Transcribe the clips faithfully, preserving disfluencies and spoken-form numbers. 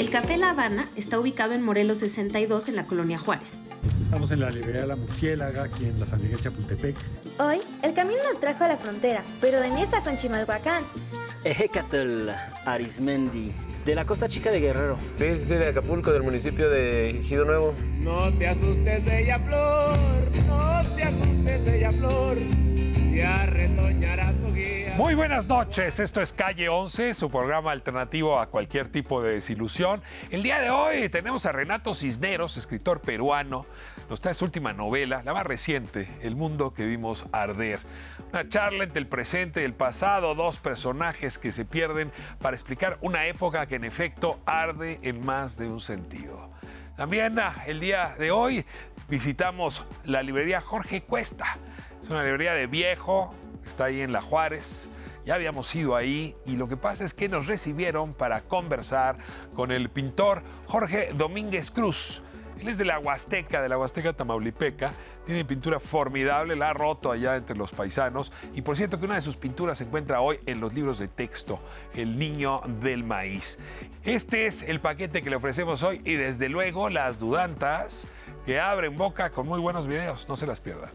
El Café La Habana está ubicado en Morelos sesenta y dos, en la Colonia Juárez. Estamos en la librería La Murciélaga, aquí en la San Miguel Chapultepec. Hoy, el camino nos trajo a la frontera, pero de Nesa con Chimalhuacán. Ejecatl Arismendi, de la Costa Chica de Guerrero. Sí, sí, sí, de Acapulco, del municipio de Ejido Nuevo. No te asustes, bella flor, no te asustes, bella flor, ya retoñará tu guía. Muy buenas noches, esto es Calle once, su programa alternativo a cualquier tipo de desilusión. El día de hoy tenemos a Renato Cisneros, escritor peruano. Nos trae su última novela, la más reciente, El mundo que vimos arder. Una charla entre el presente y el pasado, dos personajes que se pierden para explicar una época que en efecto arde en más de un sentido. También el día de hoy visitamos la librería Jorge Cuesta. Es una librería de viejo, está ahí en La Juárez. Ya habíamos ido ahí y lo que pasa es que nos recibieron para conversar con el pintor Jorge Domínguez Cruz. Él es de la Huasteca, de la Huasteca Tamaulipeca. Tiene pintura formidable, la ha roto allá entre los paisanos. Y por cierto que una de sus pinturas se encuentra hoy en los libros de texto, El niño del maíz. Este es el paquete que le ofrecemos hoy y desde luego las dudantas que abren boca con muy buenos videos. No se las pierdan.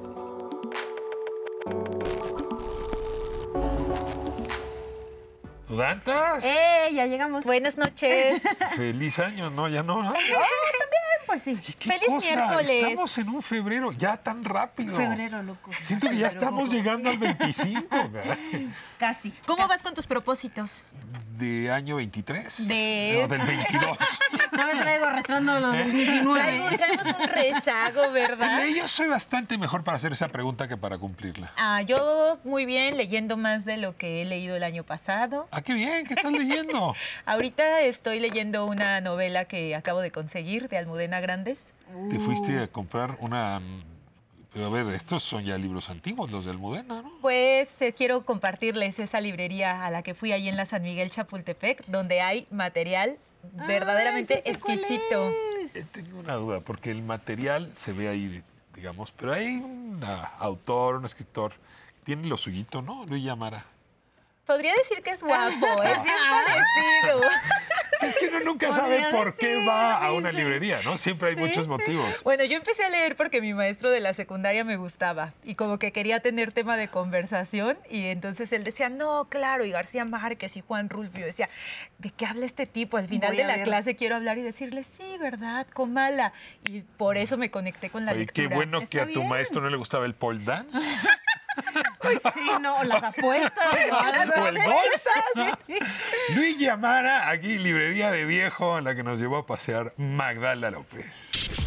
¿Dudantas? ¡Eh! Ya llegamos. Buenas noches. Feliz año, ¿no? Ya no, ¿no? Oh, también, pues sí. ¿Qué Feliz cosa? miércoles. Estamos en un febrero, ya tan rápido. Febrero, loco. Siento que ya estamos llegando al veinticinco. Casi. ¿Cómo Casi. vas con tus propósitos? ¿De año veintitrés? De... No, del veintidós. No me traigo rezando los del diecinueve. Traemos un rezago, ¿verdad? Yo soy bastante mejor para hacer esa pregunta que para cumplirla. Ah, yo muy bien, leyendo más de lo que he leído el año pasado. Ah, qué bien, ¿qué estás leyendo? Ahorita estoy leyendo una novela que acabo de conseguir de Almudena Grandes. ¿Te fuiste a comprar una...? Pero a ver, estos son ya libros antiguos, los de Almudena, ¿no? Pues eh, quiero compartirles esa librería a la que fui ahí en la San Miguel Chapultepec, donde hay material verdaderamente Ay, exquisito. Eh, tengo una duda, porque el material se ve ahí, digamos, pero hay un autor, un escritor, que tiene lo suyito, ¿no? Luis Yamara. Podría decir que es guapo, es bien parecido. Sí, es que uno nunca sabe por qué va a una librería, ¿no? Siempre hay sí, muchos motivos. Sí. Bueno, yo empecé a leer porque mi maestro de la secundaria me gustaba y como que quería tener tema de conversación y entonces él decía, no, claro, y García Márquez y Juan Rulfo. Yo decía, ¿de qué habla este tipo? Al final Voy de la ver. clase quiero hablar y decirle, sí, ¿verdad? Comala. Y por eso me conecté con la Oye, lectura. Qué bueno que a tu bien? maestro no le gustaba el pole dance. Pues sí, no, las apuestas. O el golf. Sí. Luis Yamara, aquí librería de viejo en la que nos llevó a pasear Magdala López.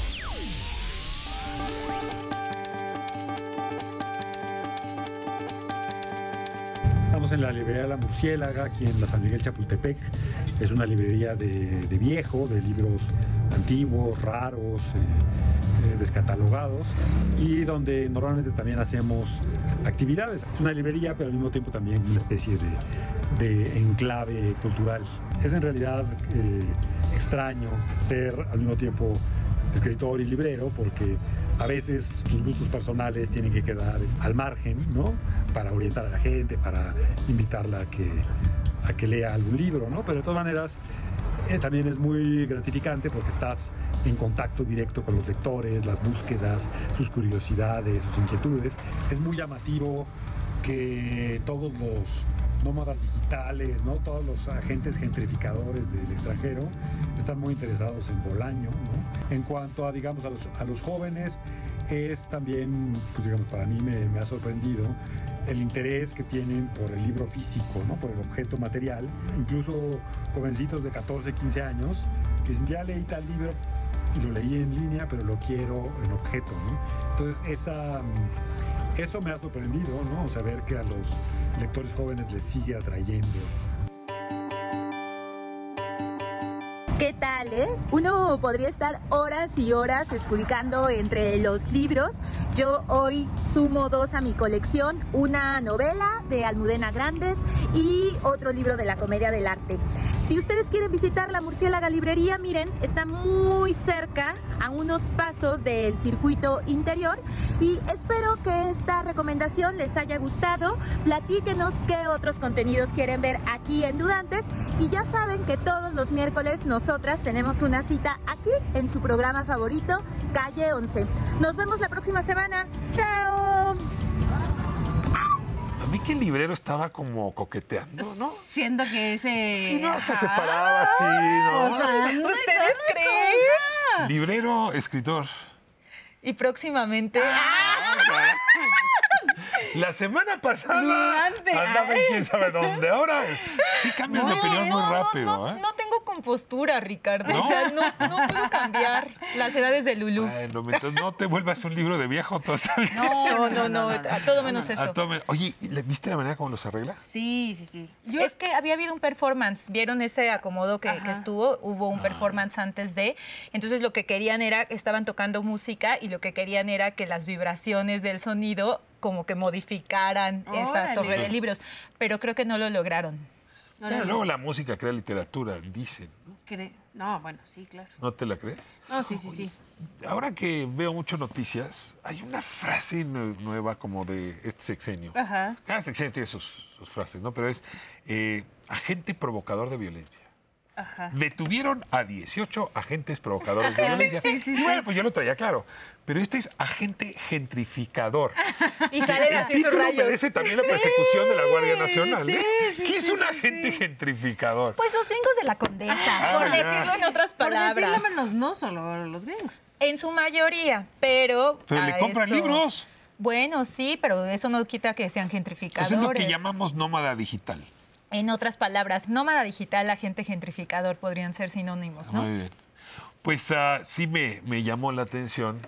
Estamos en la librería La Murciélaga, aquí en la San Miguel Chapultepec. Es una librería de, de viejo, de libros antiguos, raros, eh, eh, descatalogados, y donde normalmente también hacemos actividades. Es una librería, pero al mismo tiempo también una especie de, de enclave cultural. Es en realidad eh, extraño ser al mismo tiempo escritor y librero, porque a veces tus gustos personales tienen que quedar al margen, ¿no? Para orientar a la gente, para invitarla a que, a que lea algún libro, ¿no? Pero de todas maneras, eh, también es muy gratificante porque estás en contacto directo con los lectores, las búsquedas, sus curiosidades, sus inquietudes. Es muy llamativo que todos los nómadas digitales, ¿no? Todos los agentes gentrificadores del extranjero están muy interesados en Bolaño, ¿no? En cuanto a, digamos, a los, a los jóvenes, es también, pues, digamos, para mí me, me ha sorprendido el interés que tienen por el libro físico, ¿no? Por el objeto material. Incluso jovencitos de catorce, quince años que dicen, ya leí tal libro y lo leí en línea, pero lo quiero en objeto, ¿no? Entonces, esa... Eso me ha sorprendido, ¿no? O sea, ver que a los lectores jóvenes les sigue atrayendo. ¿Qué tal, eh? Uno podría estar horas y horas esculcando entre los libros. Yo hoy sumo dos a mi colección, una novela de Almudena Grandes y otro libro de la Comedia del Arte. Si ustedes quieren visitar la Murciélaga Librería, miren, está muy cerca, a unos pasos del circuito interior, y espero que esta recomendación les haya gustado. Platíquenos qué otros contenidos quieren ver aquí en Dudantes, y ya saben que todos los miércoles nosotras tenemos una cita aquí en su programa favorito, Calle once. Nos vemos la próxima semana. ¡Chao! A mí que el librero estaba como coqueteando, ¿no? Siendo que ese... Sí, no, hasta se paraba así, ¿no? O sea, ¿ustedes creen? Librero, escritor. Y próximamente... La semana pasada Antes. andaba en quién sabe dónde. Ahora sí cambias No, de opinión muy no, rápido, no, ¿eh? no tengo compostura, Ricardo. ¿No? O sea, no, no puedo cambiar las edades de Lulú. Bueno, mientras no te vuelvas un libro de viejo, todo está bien. No, no, no, a todo menos eso. A todo men- Oye, ¿le- ¿viste la manera como los arregla? Sí, sí, sí. Yo... Es que había habido un performance, ¿vieron ese acomodo que, que estuvo? Hubo Ah. un performance antes de, entonces lo que querían era, estaban tocando música y lo que querían era que las vibraciones del sonido como que modificaran esa Órale. torre de libros, pero creo que no lo lograron. Pero luego la música crea literatura, dicen, ¿no? Cre- No, bueno, sí, claro. ¿No te la crees? No, sí, sí, sí. Ahora que veo mucho noticias, hay una frase nue- nueva como de este sexenio. Ajá. Cada sexenio tiene sus, sus frases, ¿no? Pero es eh, agente provocador de violencia. Ajá. Detuvieron a dieciocho agentes provocadores de violencia. Sí, sí, Y sí. bueno, pues yo lo traía claro. Pero este es agente gentrificador. Y salen El así sus título rayos. merece también la persecución de la Guardia Nacional. ¿eh? sí, ¿Qué es sí, un sí, agente sí. gentrificador? Pues los gringos de la condesa, Ah, por ya. decirlo en otras Por palabras. decirlo menos, no solo los gringos. En su mayoría, pero... Pero a le compran eso- libros. Bueno, sí, pero eso no quita que sean gentrificadores. Eso es lo que llamamos nómada digital. En otras palabras, nómada digital, agente gentrificador podrían ser sinónimos, ¿no? Muy bien. Pues ah, sí me, me llamó la atención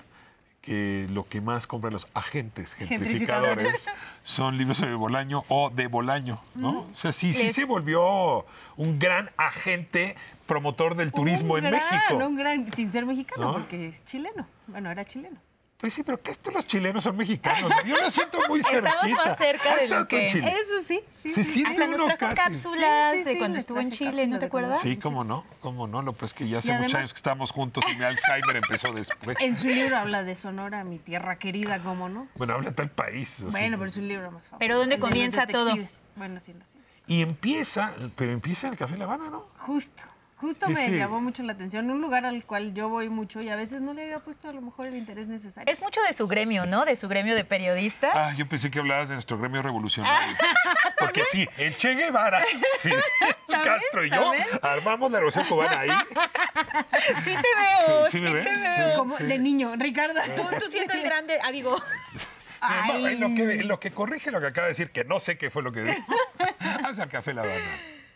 que lo que más compran los agentes gentrificadores Gentrificadores. son libros de Bolaño o de Bolaño, ¿no? O sea, sí, sí Les- se volvió un gran agente promotor del turismo un en gran, México. Un gran, sin ser mexicano, ¿No? porque es chileno. Bueno, era chileno. Pues sí, pero que estos los chilenos son mexicanos. Yo lo siento muy Estamos cerquita. más cerca ¿Has de lo estado tú en que- Chile? Eso sí, sí. Se sí. siente Hasta nos uno trajo casi. cápsulas Sí, sí, de sí, cuando les estuvo en traje Chile, cápsulas ¿no te de cuando- acuerdas? Sí, cómo no, cómo no. Lo pues que ya hace Y muchos además- años que estábamos juntos y mi Alzheimer empezó después. En su libro habla de Sonora, mi tierra querida, ¿cómo no? Bueno, habla tal país. o sea, Bueno, pero es un libro más famoso. Pero ¿dónde Es el de los comienza todo? detectives. Bueno, sí, no sé. Y empieza, pero empieza en el Café La Habana, ¿no? Justo. Justo Sí, me sí. llamó mucho la atención. Un lugar al cual yo voy mucho y a veces no le había puesto a lo mejor el interés necesario. Es mucho de su gremio, ¿no? De su gremio de periodistas. Ah, yo pensé que hablabas de nuestro gremio revolucionario. Porque sí, el Che Guevara, Fidel Castro y yo ¿también? armamos la revolución cubana ahí. Sí te veo, Sí, sí, sí me te ves, veo. sí. Como de niño, Ricardo. Tú, tú siendo el grande, ah, digo, Ay. En lo, que, en lo que corrige lo que acaba de decir, que no sé qué fue lo que dijo. Haz al Café La Habana.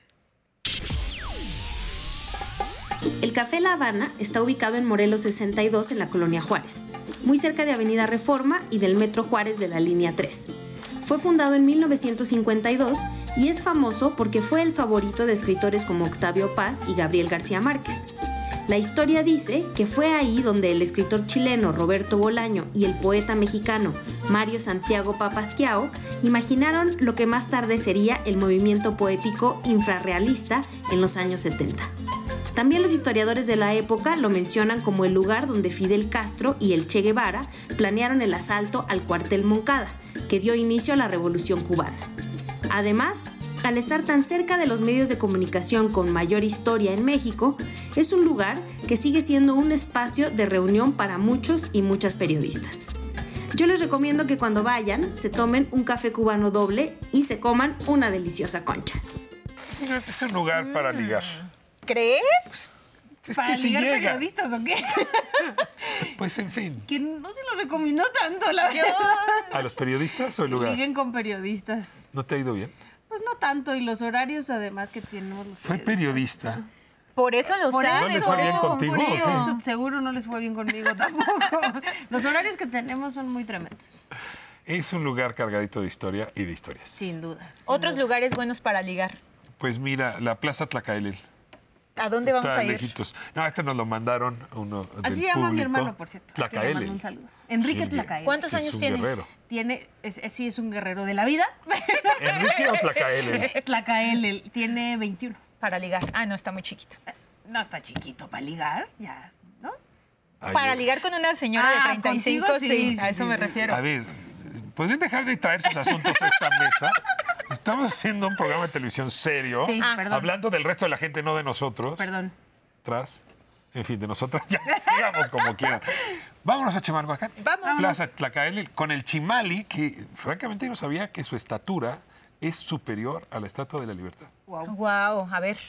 El Café La Habana está ubicado en Morelos sesenta y dos en la Colonia Juárez, muy cerca de Avenida Reforma y del Metro Juárez de la Línea tres. Fue fundado en mil novecientos cincuenta y dos y es famoso porque fue el favorito de escritores como Octavio Paz y Gabriel García Márquez. La historia dice que fue ahí donde el escritor chileno Roberto Bolaño y el poeta mexicano Mario Santiago Papasquiao imaginaron lo que más tarde sería el movimiento poético infrarrealista en los años setenta. También los historiadores de la época lo mencionan como el lugar donde Fidel Castro y el Che Guevara planearon el asalto al cuartel Moncada, que dio inicio a la Revolución Cubana. Además, al estar tan cerca de los medios de comunicación con mayor historia en México, es un lugar que sigue siendo un espacio de reunión para muchos y muchas periodistas. Yo les recomiendo que cuando vayan se tomen un café cubano doble y se coman una deliciosa concha. Es un lugar para ligar. ¿crees? Es ¿Para que si ligar llega. periodistas o qué? Pues en fin. Que no se lo recomiendo tanto, la verdad. ¿A los periodistas o el lugar? Liguen con periodistas. ¿No te ha ido bien? Pues no tanto, y los horarios además que tenemos los Fue periodista. Por eso lo Por sabes. ¿No les eso, fue bien con contigo, frío. o qué? Eso seguro no les fue bien conmigo tampoco. Los horarios que tenemos son muy tremendos. Es un lugar cargadito de historia y de historias. Sin duda. sin Otros duda. lugares buenos para ligar. Pues mira, la Plaza Tlacaelel. ¿A dónde vamos Está a ir? lejitos. No, este nos lo mandaron uno del Así se llama mi público. hermano, por cierto. que le Tlacaelel. mando un saludo. Enrique Sí, Tlacaelel. ¿Cuántos es años un tiene? guerrero. Tiene, es, es- sí, es un guerrero de la vida. ¿Enrique o Tlacaelel? Tlacaelel tiene veintiuno. Para ligar. Ah, no, está muy chiquito. No está chiquito para ligar, ya, ¿no? Ay, Para yo- ligar con una señora Ah, de treinta y cinco, contigo sí, sí, a sí, eso sí, me sí. refiero. A ver, ¿podrían dejar de traer sus asuntos a esta mesa? Estamos haciendo un programa de televisión serio, Sí, Ah. perdón. hablando del resto de la gente, no de nosotros. Perdón. Tras, en fin, de nosotras, ya, sigamos como quieran. Vámonos a Chimalhuacán. Vamos. Plaza Tlacaele, con el Chimali, que francamente yo no sabía que su estatura es superior a la Estatua de la Libertad. Wow, a ver.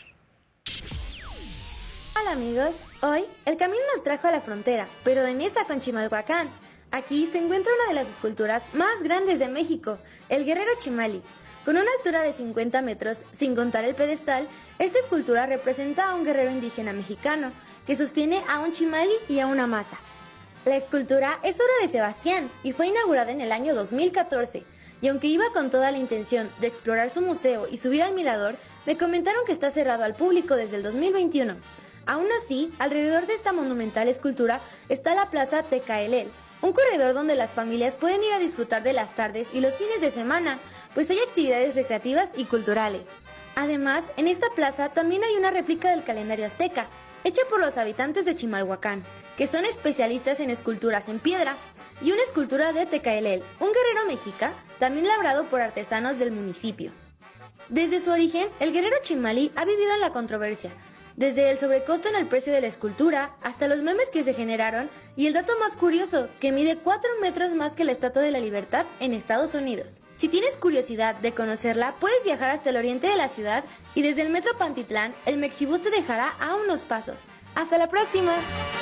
Hola amigos, hoy el camino nos trajo a la frontera, pero de Nesa con Chimalhuacán. Aquí se encuentra una de las esculturas más grandes de México, el Guerrero Chimali. Con una altura de cincuenta metros, sin contar el pedestal, esta escultura representa a un guerrero indígena mexicano que sostiene a un chimali y a una maza. La escultura es obra de Sebastián y fue inaugurada en el año dos mil catorce. Y aunque iba con toda la intención de explorar su museo y subir al mirador, me comentaron que está cerrado al público desde el dos mil veintiuno. Aún así, alrededor de esta monumental escultura está la Plaza Tecaelel, un corredor donde las familias pueden ir a disfrutar de las tardes y los fines de semana, pues hay actividades recreativas y culturales. Además, en esta plaza también hay una réplica del calendario azteca, hecha por los habitantes de Chimalhuacán, que son especialistas en esculturas en piedra, y una escultura de Tecaelel, un guerrero mexica, también labrado por artesanos del municipio. Desde su origen, el guerrero Chimali ha vivido en la controversia, desde el sobrecosto en el precio de la escultura hasta los memes que se generaron y el dato más curioso, que mide cuatro metros más que la Estatua de la Libertad en Estados Unidos. Si tienes curiosidad de conocerla, puedes viajar hasta el oriente de la ciudad y desde el Metro Pantitlán, el Mexibús te dejará a unos pasos. ¡Hasta la próxima!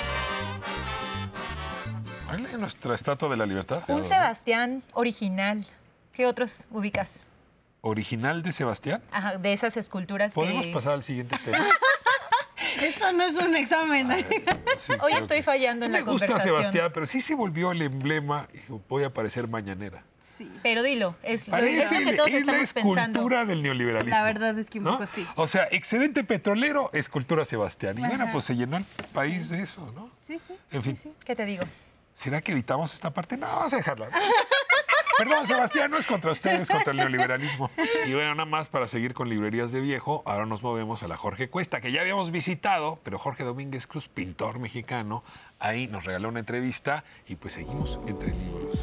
¿Cuál es nuestra Estatua de la Libertad? Un Sebastián original. ¿Qué otros ubicas? ¿Original de Sebastián? Ajá, de esas esculturas ¿Podemos que... pasar al siguiente tema? Esto no es un examen. Sí, Hoy creo estoy que- fallando en Me la gusta conversación. Sebastián, pero sí se volvió el emblema. y voy a parecer mañanera. Sí. Pero dilo, es, es Parece lo que todos es la estamos pensando. escultura del neoliberalismo. La verdad es que un ¿no? poco sí. O sea, excedente petrolero, escultura Sebastián. Y bueno, Ajá. pues se llenó el país de eso, ¿no? Sí, sí. En fin, ¿Qué te digo? ¿será que editamos esta parte? No, vamos a dejarla. Perdón, Sebastián, no es contra ustedes, contra el neoliberalismo. Y bueno, nada más para seguir con librerías de viejo, ahora nos movemos a la Jorge Cuesta, que ya habíamos visitado, pero Jorge Domínguez Cruz, pintor mexicano, ahí nos regaló una entrevista y pues seguimos entre libros.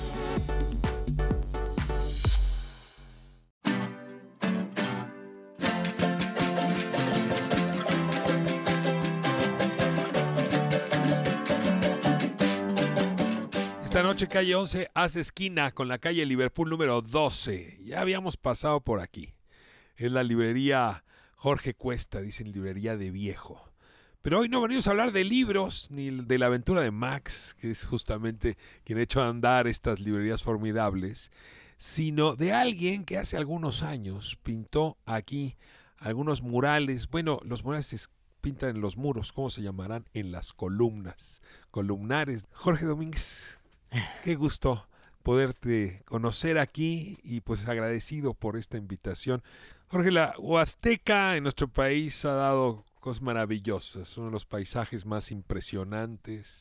Esta noche calle once hace esquina con la calle Liverpool número doce. Ya habíamos pasado por aquí. Es la librería Jorge Cuesta, dicen librería de viejo. Pero hoy no venimos a hablar de libros ni de la aventura de Max, que es justamente quien ha hecho andar estas librerías formidables, sino de alguien que hace algunos años pintó aquí algunos murales. Bueno, los murales se pintan en los muros, ¿cómo se llamarán? En las columnas, columnares. Jorge Domínguez, qué gusto poderte conocer aquí y pues agradecido por esta invitación. Jorge, la Huasteca en nuestro país ha dado cosas maravillosas, uno de los paisajes más impresionantes,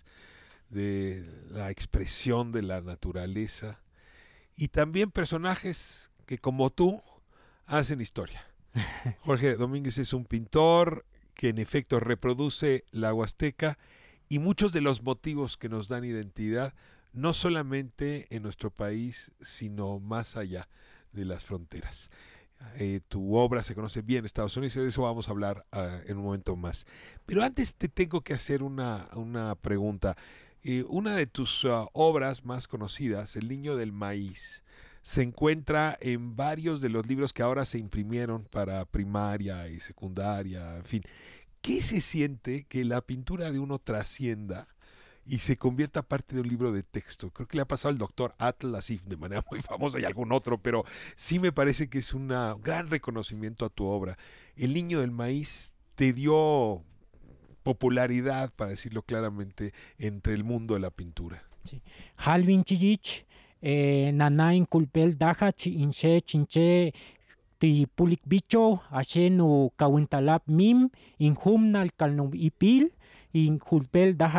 de la expresión de la naturaleza y también personajes que como tú hacen historia. Jorge Domínguez es un pintor que en efecto reproduce la Huasteca y muchos de los motivos que nos dan identidad, no solamente en nuestro país, sino más allá de las fronteras. Eh, tu obra se conoce bien en Estados Unidos y de eso vamos a hablar uh, en un momento más. Pero antes te tengo que hacer una, una pregunta. Eh, una de tus uh, obras más conocidas, El Niño del Maíz, se encuentra en varios de los libros que ahora se imprimieron para primaria y secundaria, en fin. ¿Qué se siente que la pintura de uno trascienda y se convierta parte de un libro de texto? Creo que le ha pasado al doctor Atl así de manera muy famosa y algún otro, pero sí me parece que es un gran reconocimiento a tu obra. El Niño del Maíz te dio popularidad, para decirlo claramente, entre el mundo de la pintura. Sí. Halvin Chich, Nanain Culpel Dajach, Inche Chinche Ti Pulik Bicho, Ashenu Kawintalap Mim, Inhumnal Kalnum Ipil, Inculpel Dajach.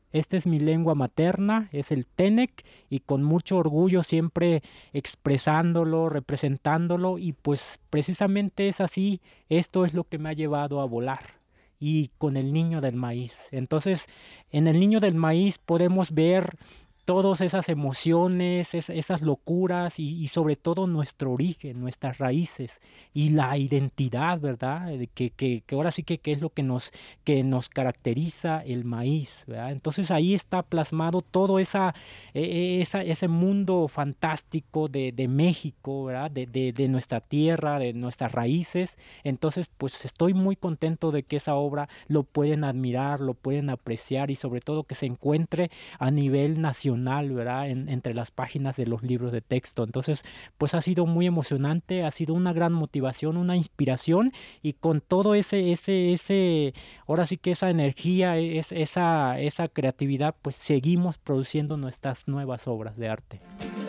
Esta es mi lengua materna, es el Tenec, y con mucho orgullo siempre expresándolo, representándolo, y pues precisamente es así, esto es lo que me ha llevado a volar. Y con el niño del maíz. Entonces, en el niño del maíz podemos ver todas esas emociones, es, esas locuras y, y sobre todo nuestro origen, nuestras raíces y la identidad, ¿verdad? Que, que, que ahora sí que, que es lo que nos, que nos caracteriza el maíz, ¿verdad? Entonces ahí está plasmado todo esa, eh, esa, ese mundo fantástico de, de México, ¿verdad? De, de, de nuestra tierra, de nuestras raíces. Entonces, pues estoy muy contento de que esa obra lo pueden admirar, lo pueden apreciar y sobre todo que se encuentre a nivel nacional, ¿verdad? En, entre las páginas de los libros de texto. Entonces, pues ha sido muy emocionante, ha sido una gran motivación, una inspiración, y con todo ese, ese, ese, ahora sí que esa energía, es, esa, esa creatividad, pues seguimos produciendo nuestras nuevas obras de arte.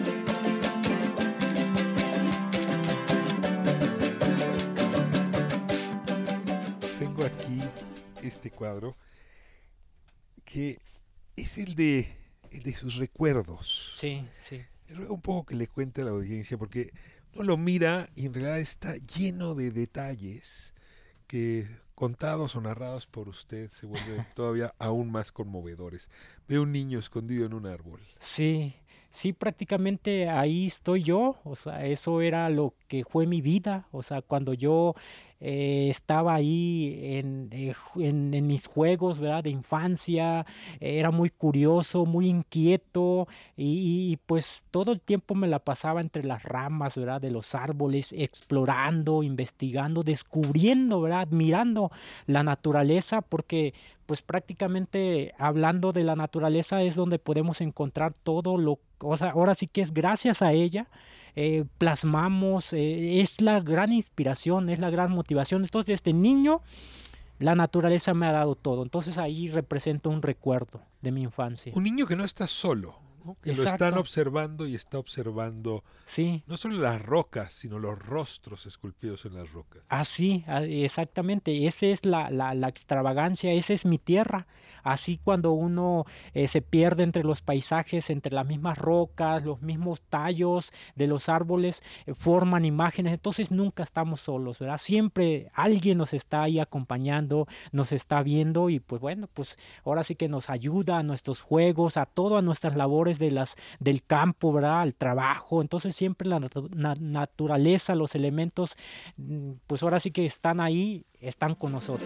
Tengo aquí este cuadro que es el de de sus recuerdos. Sí, sí. Le ruego un poco que le cuente a la audiencia, porque uno lo mira y en realidad está lleno de detalles que, contados o narrados por usted, se vuelven todavía aún más conmovedores. Veo un niño escondido en un árbol. Sí, sí, prácticamente ahí estoy yo, o sea, eso era lo que fue mi vida, o sea, cuando yo eh, estaba ahí en, eh, en, en mis juegos, ¿verdad? De infancia, eh, era muy curioso, muy inquieto y, y pues todo el tiempo me la pasaba entre las ramas, ¿verdad? De los árboles, explorando, investigando, descubriendo, ¿verdad? Admirando la naturaleza, porque pues prácticamente hablando de la naturaleza es donde podemos encontrar todo lo, o sea, ahora sí que es gracias a ella, eh, plasmamos, eh, es la gran inspiración, es la gran motivación. Entonces, desde niño, la naturaleza me ha dado todo. Entonces ahí represento un recuerdo de mi infancia. Un niño que no está solo, ¿no? Que lo están observando y está observando sí. no solo las rocas, sino los rostros esculpidos en las rocas. Así, exactamente, esa es la, la, la extravagancia, esa es mi tierra. Así cuando uno eh, se pierde entre los paisajes, entre las mismas rocas, los mismos tallos de los árboles, eh, forman imágenes, entonces nunca estamos solos, ¿verdad? Siempre alguien nos está ahí acompañando, nos está viendo y pues bueno, pues ahora sí que nos ayuda a nuestros juegos, a todas nuestras labores de las, del campo, ¿verdad? Al trabajo. Entonces siempre la nat- na- naturaleza, los elementos, pues ahora sí que están ahí, están con nosotros.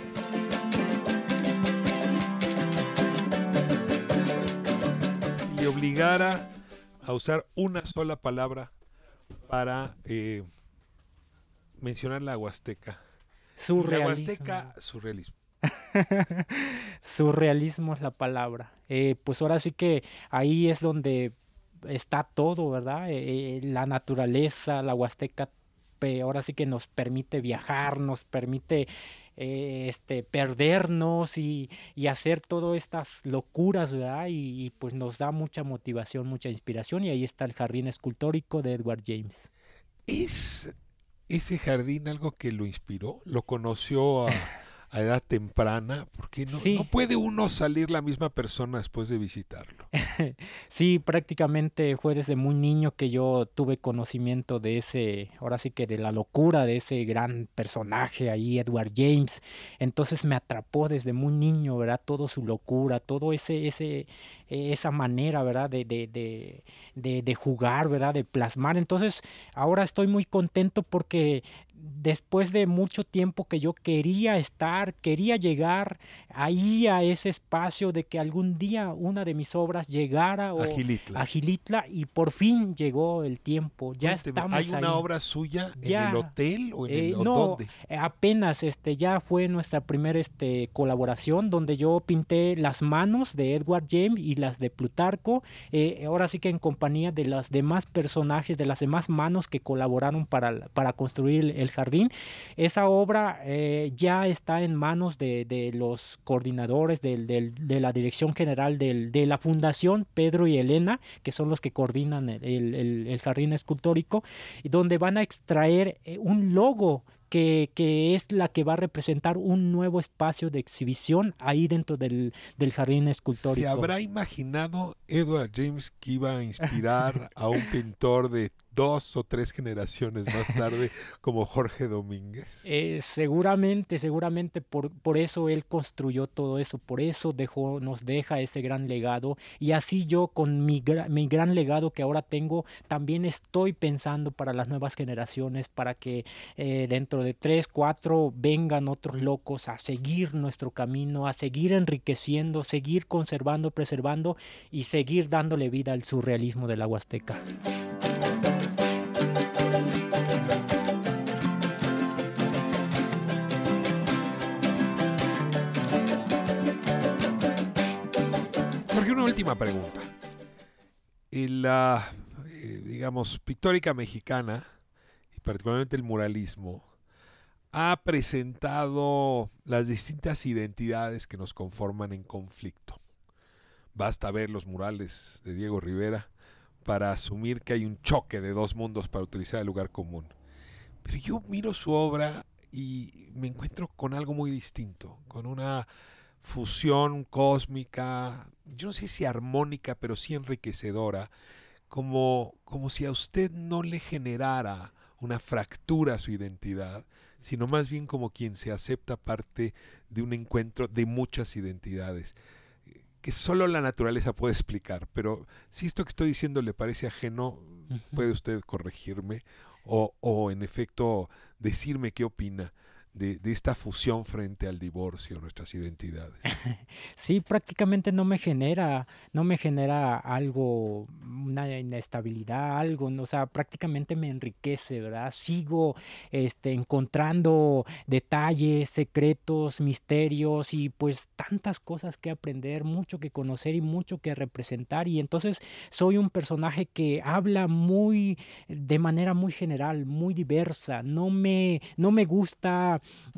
Si le obligara a usar una sola palabra para eh, mencionar la Huasteca. Surrealismo. La Huasteca, surrealismo. Surrealismo es la palabra. Eh, pues ahora sí que ahí es donde está todo, ¿verdad? Eh, la naturaleza, la Huasteca, ahora sí que nos permite viajar, nos permite eh, este, perdernos y, y hacer todas estas locuras, ¿verdad? Y, y pues nos da mucha motivación, mucha inspiración, y ahí está el jardín escultórico de Edward James. ¿Es ese jardín algo que lo inspiró? ¿Lo conoció a, a edad temprana? Porque no, sí. no puede uno salir la misma persona después de visitarlo. Sí, prácticamente fue desde muy niño que yo tuve conocimiento de ese, ahora sí que de la locura de ese gran personaje ahí, Edward James. Entonces me atrapó desde muy niño, ¿verdad? Todo su locura, todo ese, ese, esa manera, ¿verdad? De, de, de, de, de jugar, ¿verdad? De plasmar. Entonces ahora estoy muy contento porque después de mucho tiempo que yo quería estar, quería llegar ahí a ese espacio de que algún día una de mis obras llegara o a Gilitla. a Gilitla, y por fin llegó el tiempo. Ya Cuénteme, estamos ¿hay una ahí. obra suya ya, en el hotel o en eh, el o no, dónde? apenas este ya fue nuestra primera este colaboración donde yo pinté las manos de Edward James y las de Plutarco, eh, ahora sí que en compañía de las demás personajes, de las demás manos que colaboraron para, para construir el, el jardín. Esa obra eh, ya está en manos de, de los coordinadores del, del, de la Dirección General del, de la Fundación Pedro y Elena, que son los que coordinan el, el, el jardín escultórico, y donde van a extraer un logo que, que es la que va a representar un nuevo espacio de exhibición ahí dentro del, del jardín escultórico. ¿Se habrá imaginado Edward James que iba a inspirar a un pintor de dos o tres generaciones más tarde como Jorge Domínguez? Eh, seguramente, seguramente por, por eso él construyó todo eso, por eso dejó, nos deja ese gran legado, y así yo con mi, mi gran legado que ahora tengo, también estoy pensando para las nuevas generaciones, para que eh, dentro de tres, cuatro vengan otros locos a seguir nuestro camino, a seguir enriqueciendo, seguir conservando, preservando y seguir dándole vida al surrealismo de la Huasteca. Jorge, una última pregunta. En la, eh, digamos, pictórica mexicana, y particularmente el muralismo, ha presentado las distintas identidades que nos conforman en conflicto. Basta ver los murales de Diego Rivera para asumir que hay un choque de dos mundos, para utilizar el lugar común. Pero yo miro su obra y me encuentro con algo muy distinto, con una fusión cósmica, yo no sé si armónica, pero sí enriquecedora, como, como si a usted no le generara una fractura a su identidad, sino más bien como quien se acepta parte de un encuentro de muchas identidades, que solo la naturaleza puede explicar. Pero si esto que estoy diciendo le parece ajeno, puede usted corregirme o, o en efecto decirme qué opina De, de esta fusión frente al divorcio, nuestras identidades. Sí, prácticamente no me genera, no me genera algo, una inestabilidad, algo, o sea, prácticamente me enriquece, ¿verdad? Sigo este, encontrando detalles, secretos, misterios y pues tantas cosas que aprender, mucho que conocer y mucho que representar, y entonces soy un personaje que habla muy, de manera muy general, muy diversa, no me, no me gusta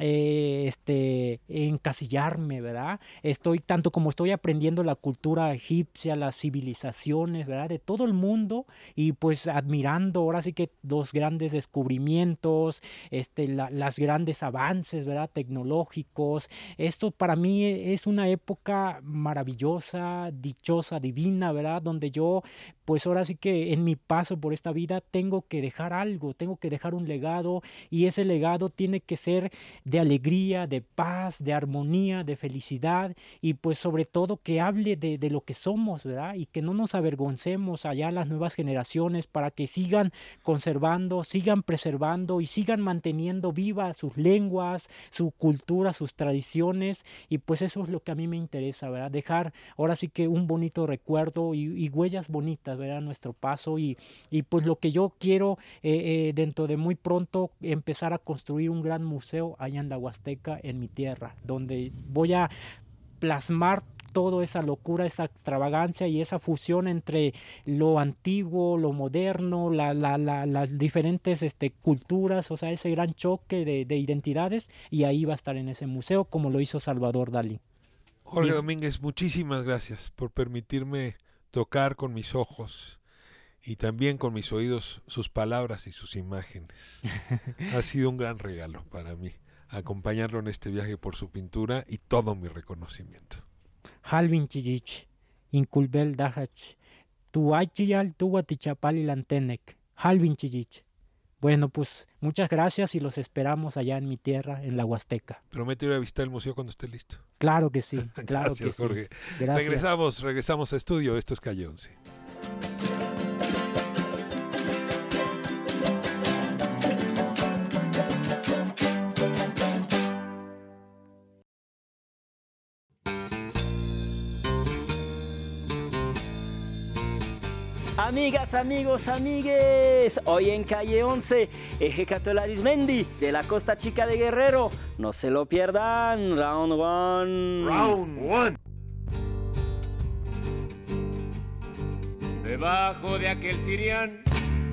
Eh, este, encasillarme, ¿verdad? Estoy, tanto como estoy aprendiendo la cultura egipcia, las civilizaciones, ¿verdad? De todo el mundo, y pues admirando ahora sí que los grandes descubrimientos, este, la, las grandes avances, ¿verdad? Tecnológicos. Esto para mí es una época maravillosa, dichosa, divina, ¿verdad? Donde yo, pues ahora sí que en mi paso por esta vida tengo que dejar algo, tengo que dejar un legado, y ese legado tiene que ser de alegría, de paz, de armonía, de felicidad, y pues sobre todo que hable de, de lo que somos, ¿verdad? Y que no nos avergoncemos allá las nuevas generaciones, para que sigan conservando, sigan preservando y sigan manteniendo vivas sus lenguas, su cultura, sus tradiciones, y pues eso es lo que a mí me interesa, ¿verdad? Dejar ahora sí que un bonito recuerdo y, y huellas bonitas, ¿verdad? Nuestro paso, y, y pues lo que yo quiero eh, eh, dentro de muy pronto empezar a construir un gran museo allá en la Huasteca, en mi tierra, donde voy a plasmar toda esa locura, esa extravagancia y esa fusión entre lo antiguo, lo moderno, la, la, la, las diferentes este, culturas, o sea, ese gran choque de, de identidades, y ahí va a estar en ese museo, como lo hizo Salvador Dalí. Jorge Domínguez, muchísimas gracias por permitirme tocar con mis ojos y también con mis oídos sus palabras y sus imágenes. Ha sido un gran regalo para mí acompañarlo en este viaje por su pintura, y todo mi reconocimiento. Halvin Chillich, Inculbel Dajach, Tuachiyal, Tuatichapal y Lantenec, Halvin Chillich. Bueno, pues muchas gracias y los esperamos allá en mi tierra, en la Huasteca. Prometo ir a visitar el museo cuando esté listo. Claro que sí, claro gracias, que Jorge. sí. Gracias. Regresamos, regresamos a estudio. Esto es Calle once. Amigas, amigos, amigues, hoy en Calle once, Eje Catuel Arismendi, de la Costa Chica de Guerrero. No se lo pierdan. Round one. Round one. Debajo de aquel sirián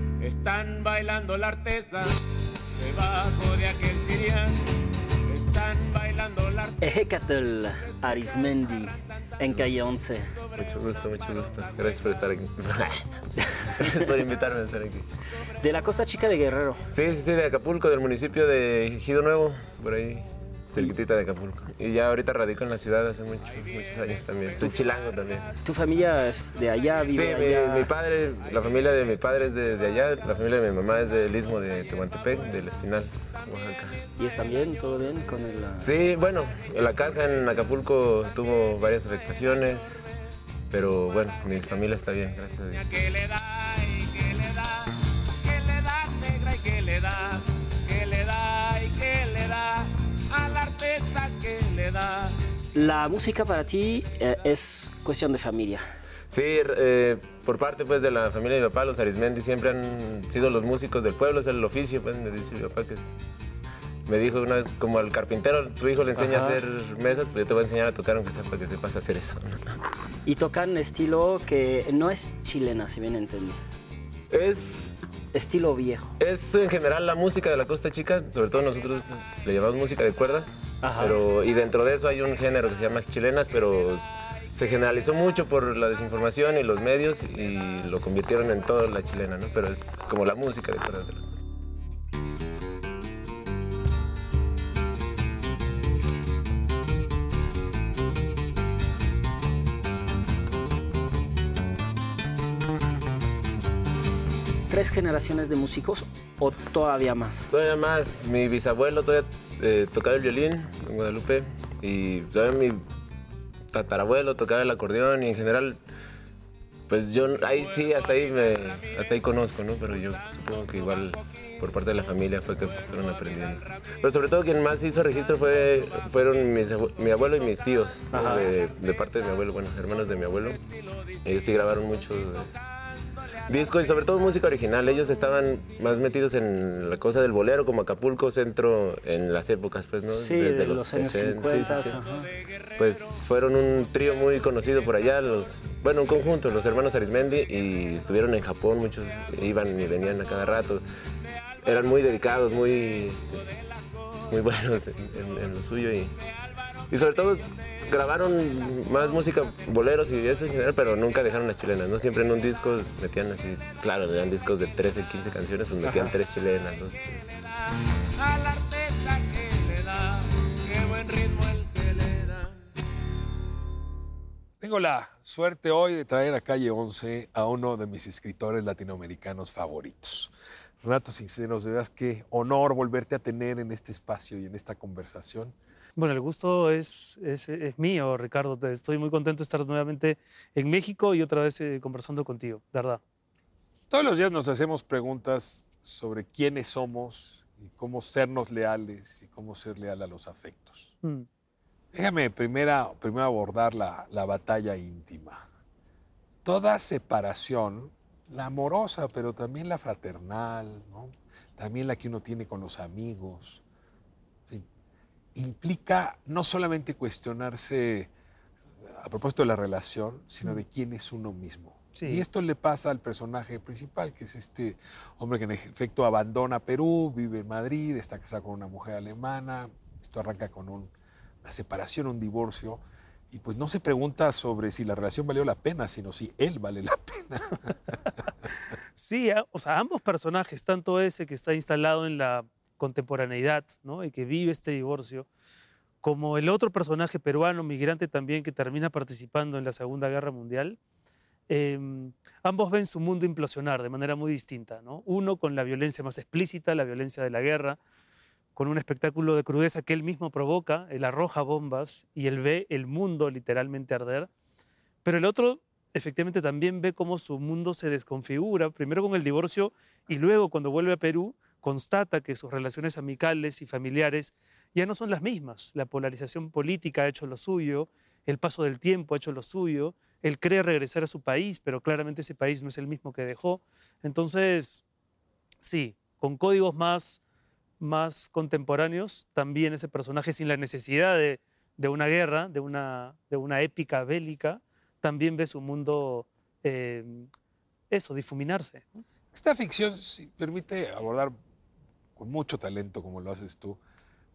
están bailando la artesa. Debajo de aquel sirián están están bailando la Ejecatl Arismendi, en calle once. Mucho gusto, mucho gusto. Gracias por estar aquí. Gracias por invitarme a estar aquí. De la Costa Chica de Guerrero. Sí, sí, sí, de Acapulco, del municipio de Ejido Nuevo, por ahí, cerquitita de Acapulco. Y ya ahorita radico en la ciudad hace mucho, muchos años también. Soy chilango también. ¿Tu familia es de allá, vive Sí, allá? mi, mi padre, la familia de mi padre es de, de allá, la familia de mi mamá es del Istmo de Tehuantepec, del Espinal, Oaxaca. ¿Y están bien? ¿Todo bien con el...? Sí, bueno, la casa en Acapulco tuvo varias afectaciones, pero bueno, mi familia está bien, gracias a Dios. que le da y que le da, que le da negra y que le da, que le da y que le da, a la artesa que le da. La música para ti eh, es cuestión de familia. Sí, eh, por parte pues de la familia de mi papá, los Arismendi siempre han sido los músicos del pueblo, es el oficio, pues me dice mi papá que es- me dijo una vez, como al carpintero, su hijo le enseña Ajá. a hacer mesas, pues yo te voy a enseñar a tocar aunque sea para que sepas hacer eso. Y tocan estilo que no es chilena, si bien entendí. Es estilo viejo. Es en general la música de la Costa Chica, sobre todo nosotros le llamamos música de cuerdas, Ajá. pero y dentro de eso hay un género que se llama chilenas, pero se generalizó mucho por la desinformación y los medios y lo convirtieron en toda la chilena, ¿no? Pero es como la música de cuerdas de la Costa. ¿Tres generaciones de músicos o todavía más? Todavía más, mi bisabuelo todavía eh, tocaba el violín en Guadalupe y todavía mi tatarabuelo tocaba el acordeón y en general, pues yo ahí sí, hasta ahí, me, hasta ahí conozco, ¿no? Pero yo supongo que igual por parte de la familia fue que fueron aprendiendo. Pero sobre todo quien más hizo registro fue, fueron mis, mi abuelo y mis tíos, ¿no? de, de parte de mi abuelo, bueno, hermanos de mi abuelo. Ellos sí grabaron mucho discos y sobre todo música original. Ellos estaban más metidos en la cosa del bolero, como Acapulco Centro en las épocas, pues, ¿no? Sí, de los años cincuenta, sí, sí, sí. ajá. Pues fueron un trío muy conocido por allá, los, bueno, un conjunto, los hermanos Arismendi, y estuvieron en Japón, muchos iban y venían a cada rato. Eran muy dedicados, muy, este, muy buenos en, en- en lo suyo y, y sobre todo grabaron más música, boleros y eso en general, pero nunca dejaron las chilenas, ¿no? Siempre en un disco metían así, claro, eran discos de trece, quince canciones, pues metían Ajá. tres chilenas, ¿no? A la artesa que le da, qué buen ritmo el que le da. Tengo la suerte hoy de traer a Calle once a uno de mis escritores latinoamericanos favoritos. Renato Cisneros, de veras qué honor volverte a tener en este espacio y en esta conversación. Bueno, el gusto es, es, es mío, Ricardo. Te- Estoy muy contento de estar nuevamente en México y otra vez eh, conversando contigo, de verdad. Todos los días nos hacemos preguntas sobre quiénes somos y cómo sernos leales y cómo ser leal a los afectos. Mm. Déjame primera, primero abordar la, la batalla íntima. Toda separación, la amorosa, pero también la fraternal, ¿no? También la que uno tiene con los amigos, en fin, implica no solamente cuestionarse a propósito de la relación, sino de quién es uno mismo. Sí. Y esto le pasa al personaje principal, que es este hombre que en efecto abandona Perú, vive en Madrid, está casado con una mujer alemana. Esto arranca con un- una separación, un divorcio, y pues no se pregunta sobre si la relación valió la pena, sino si él vale la pena. Sí, a- o sea, ambos personajes, tanto ese que está instalado en la contemporaneidad, ¿no? Y que vive este divorcio, como el otro personaje peruano, migrante también, que termina participando en la Segunda Guerra Mundial, eh, ambos ven su mundo implosionar de manera muy distinta, ¿no? Uno con la violencia más explícita, la violencia de la guerra, con un espectáculo de crudeza que él mismo provoca, él arroja bombas y él ve el mundo literalmente arder, pero el otro efectivamente también ve cómo su mundo se desconfigura, primero con el divorcio y luego cuando vuelve a Perú, constata que sus relaciones amicales y familiares ya no son las mismas. La polarización política ha hecho lo suyo, el paso del tiempo ha hecho lo suyo, él cree regresar a su país, pero claramente ese país no es el mismo que dejó. Entonces, sí, con códigos más, más contemporáneos, también ese personaje sin la necesidad de, de una guerra, de una, de una épica bélica, también ve su mundo, eh, eso, difuminarse. ¿no? Esta ficción sí permite abordar con mucho talento, como lo haces tú,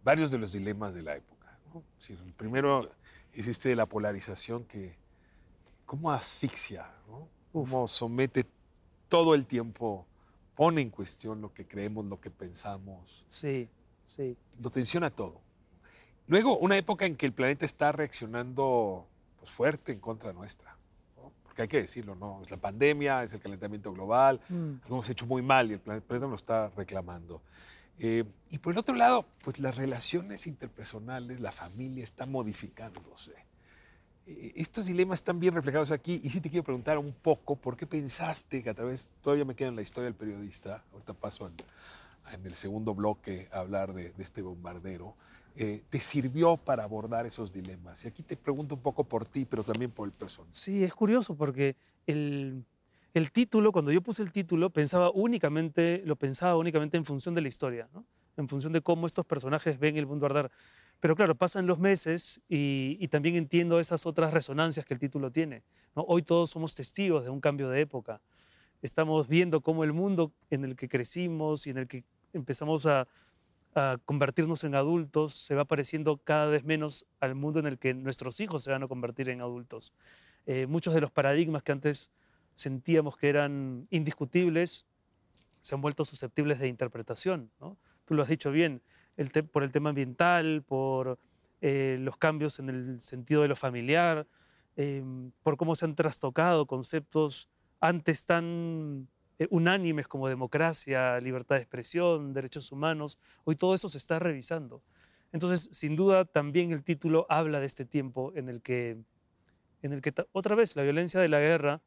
varios de los dilemas de la época, ¿no? Sí, el primero es este de la polarización que cómo asfixia, ¿no? Cómo somete todo el tiempo, pone en cuestión lo que creemos, lo que pensamos. Sí, sí. Lo tensiona todo. Luego, una época en que el planeta está reaccionando pues, fuerte en contra nuestra, ¿no? Porque hay que decirlo, ¿no? Es la pandemia, es el calentamiento global, Mm. algo hemos hecho muy mal y el planeta nos lo está reclamando. Eh, y por el otro lado, pues las relaciones interpersonales, la familia está modificándose. Eh, estos dilemas están bien reflejados aquí y sí te quiero preguntar un poco por qué pensaste que a través, todavía me queda en la historia del periodista, ahorita paso al, en el segundo bloque a hablar de, de este bombardero, eh, te sirvió para abordar esos dilemas. Y aquí te pregunto un poco por ti, pero también por el personaje. Sí, es curioso porque el, el título, cuando yo puse el título, pensaba únicamente, lo pensaba únicamente en función de la historia, ¿no? En función de cómo estos personajes ven el mundo arder. Pero claro, pasan los meses y, y también entiendo esas otras resonancias que el título tiene, ¿no? Hoy todos somos testigos de un cambio de época. Estamos viendo cómo el mundo en el que crecimos y en el que empezamos a, a convertirnos en adultos se va pareciendo cada vez menos al mundo en el que nuestros hijos se van a convertir en adultos. Eh, muchos de los paradigmas que antes sentíamos que eran indiscutibles se han vuelto susceptibles de interpretación, ¿no? Tú lo has dicho bien, el te- por el tema ambiental, por eh, los cambios en el sentido de lo familiar, eh, por cómo se han trastocado conceptos antes tan eh, unánimes como democracia, libertad de expresión, derechos humanos. Hoy todo eso se está revisando. Entonces, sin duda, también el título habla de este tiempo en el que, en el que ta- otra vez la violencia de la guerra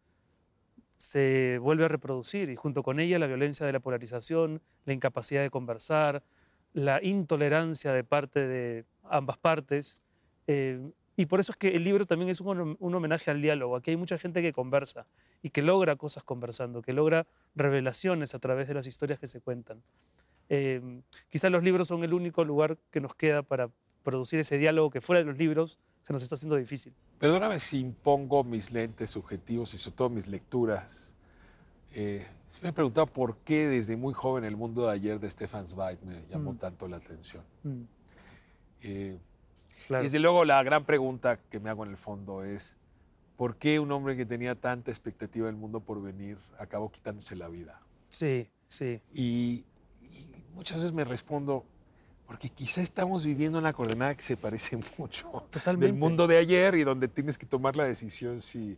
se vuelve a reproducir y junto con ella la violencia de la polarización, la incapacidad de conversar, la intolerancia de parte de ambas partes. eh, y por eso es que el libro también es un, hom- un homenaje al diálogo. Aquí hay mucha gente que conversa y que logra cosas conversando, que logra revelaciones a través de las historias que se cuentan. Eh, quizás los libros son el único lugar que nos queda para producir ese diálogo que fuera de los libros se nos está haciendo difícil. Perdóname si impongo mis lentes subjetivos y sobre todo mis lecturas. Eh, me he preguntado por qué desde muy joven el mundo de ayer de Stefan Zweig me llamó Mm. tanto la atención. Mm. Eh, Claro. Desde luego la gran pregunta que me hago en el fondo es ¿por qué un hombre que tenía tanta expectativa del mundo por venir acabó quitándose la vida? Sí, sí. Y, y muchas veces me respondo, porque quizá estamos viviendo una coordenada que se parece mucho Totalmente. del mundo de ayer y donde tienes que tomar la decisión si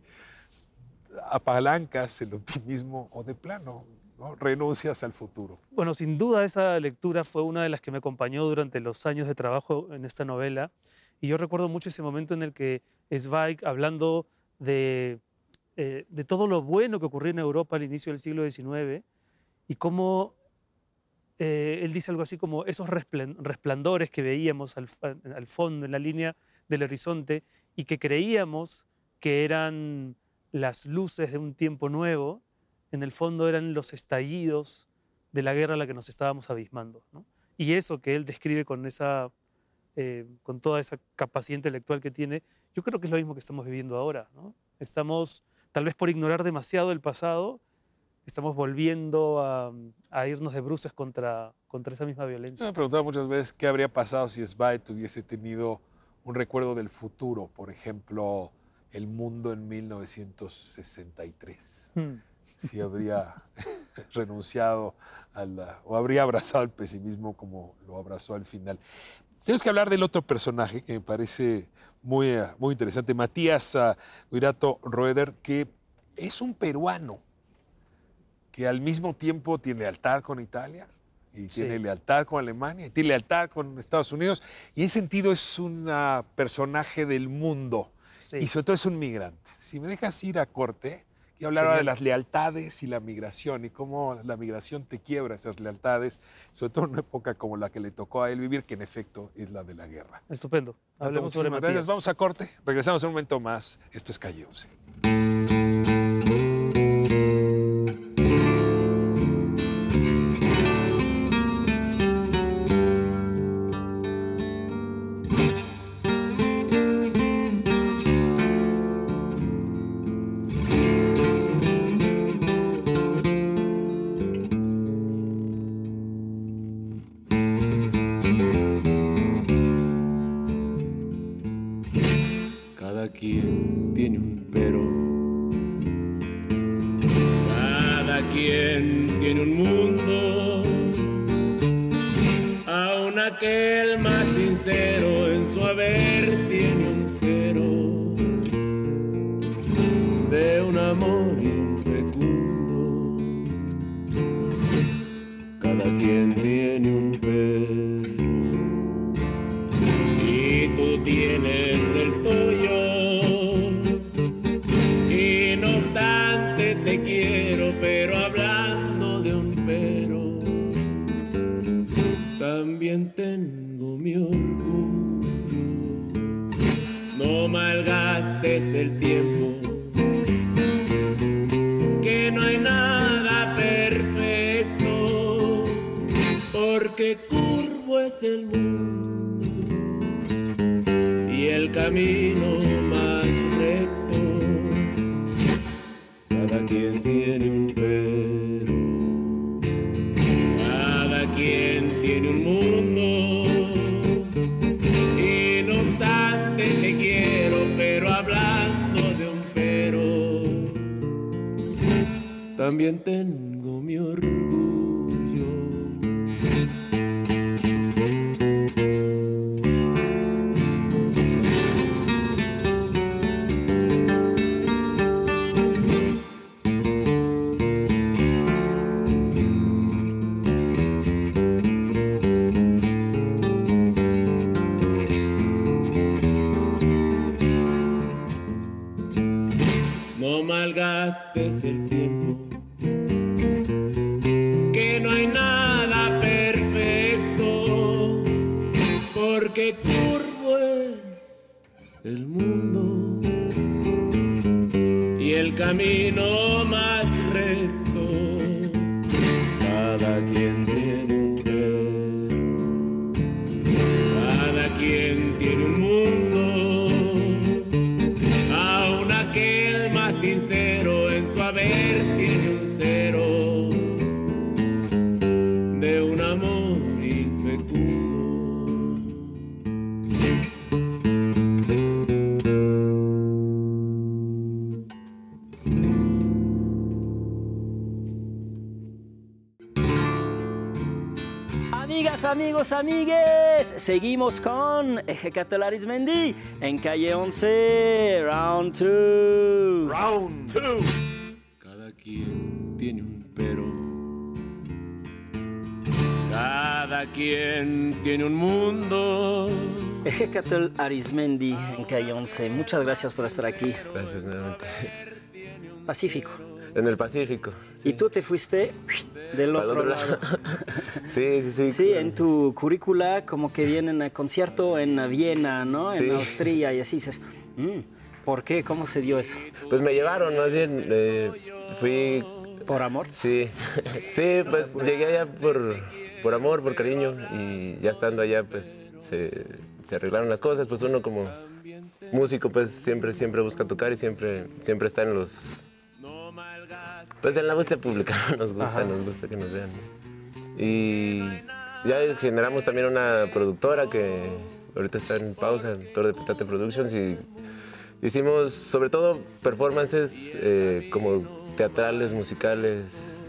apalancas el optimismo o de plano, ¿no? Renuncias al futuro. Bueno, sin duda esa lectura fue una de las que me acompañó durante los años de trabajo en esta novela. Y yo recuerdo mucho ese momento en el que Zweig, hablando de, eh, de todo lo bueno que ocurrió en Europa al inicio del siglo diecinueve, y cómo eh, él dice algo así como esos resplen- resplandores que veíamos al, fa- al fondo, en la línea del horizonte, y que creíamos que eran las luces de un tiempo nuevo, en el fondo eran los estallidos de la guerra a la que nos estábamos abismando, ¿no? Y eso que él describe con, esa, eh, con toda esa capacidad intelectual que tiene, yo creo que es lo mismo que estamos viviendo ahora, ¿no? Estamos, tal vez por ignorar demasiado el pasado, estamos volviendo a, a irnos de bruces contra, contra esa misma violencia. Me he preguntado muchas veces qué habría pasado si Zweig hubiese tenido un recuerdo del futuro, por ejemplo, el mundo en mil novecientos sesenta y tres. Hmm. Si habría renunciado a la, o habría abrazado el pesimismo como lo abrazó al final. Tenemos que hablar del otro personaje que me parece muy, eh, muy interesante, Matías uh, Guirato Roeder, que es un peruano que al mismo tiempo tiene lealtad con Italia y Sí. tiene lealtad con Alemania y tiene lealtad con Estados Unidos y en ese sentido es un uh, personaje del mundo Sí. y sobre todo es un migrante. Si me dejas ir a corte, quiero hablar ahora de las lealtades y la migración y cómo la migración te quiebra esas lealtades, sobre todo en una época como la que le tocó a él vivir, que en efecto es la de la guerra. Estupendo. Hablemos sobre Muchísimas Matías. gracias. Vamos a corte. Regresamos en un momento más. Esto es Calle once. Cada quien tiene un pero. Cada quien tiene un mundo. Aun aquel más sincero en su haber tiene un cero de un amor infecundo. Cada quien tiene un pero y tú tienes el tuyo. Y no obstante te quiero, pero hablando de un pero, también tengo mi orgullo. No malgastes el tiempo, que no hay nada perfecto, porque curvo es el mundo y el camino más recto. Cada quien tiene un pero, cada quien tiene un mundo. Y no obstante te quiero, pero hablando de un pero, también tengo mi orgullo. No malgastes el tiempo, que no hay nada perfecto, porque curvo es el mundo y el camino más recto. Cada quien tiene un pero, cada quien tiene un mundo. Aun aquel más sincero en su haber tiene un cero de un amor infecundo. Amigas, amigos, amigues, seguimos con Ejecatl Arizmendi en Calle once, Round two. Round two. Cada quien tiene un pero, cada quien tiene un mundo. Ejecatl Arizmendi en Calle once, muchas gracias por estar aquí. Gracias nuevamente. Pacífico. En el Pacífico. Sí. Y tú te fuiste del Para otro, otro lado. lado. Sí, sí, sí. Sí, en tu currícula como que vienen a concierto en Viena, ¿no? Sí. En Austria y así dices, mm, ¿por qué? ¿Cómo se dio eso? Pues me llevaron, más bien, eh, fui... ¿Por amor? Sí, sí, pues llegué allá por, por amor, por cariño, y ya estando allá, pues se, se arreglaron las cosas, pues uno como músico, pues siempre, siempre busca tocar y siempre, siempre está en los... Pues en la búsqueda pública, nos gusta, Ajá. nos gusta que nos vean. Y ya generamos también una productora que ahorita está en pausa, Toro de Petate Productions, y hicimos sobre todo performances eh, como teatrales, musicales.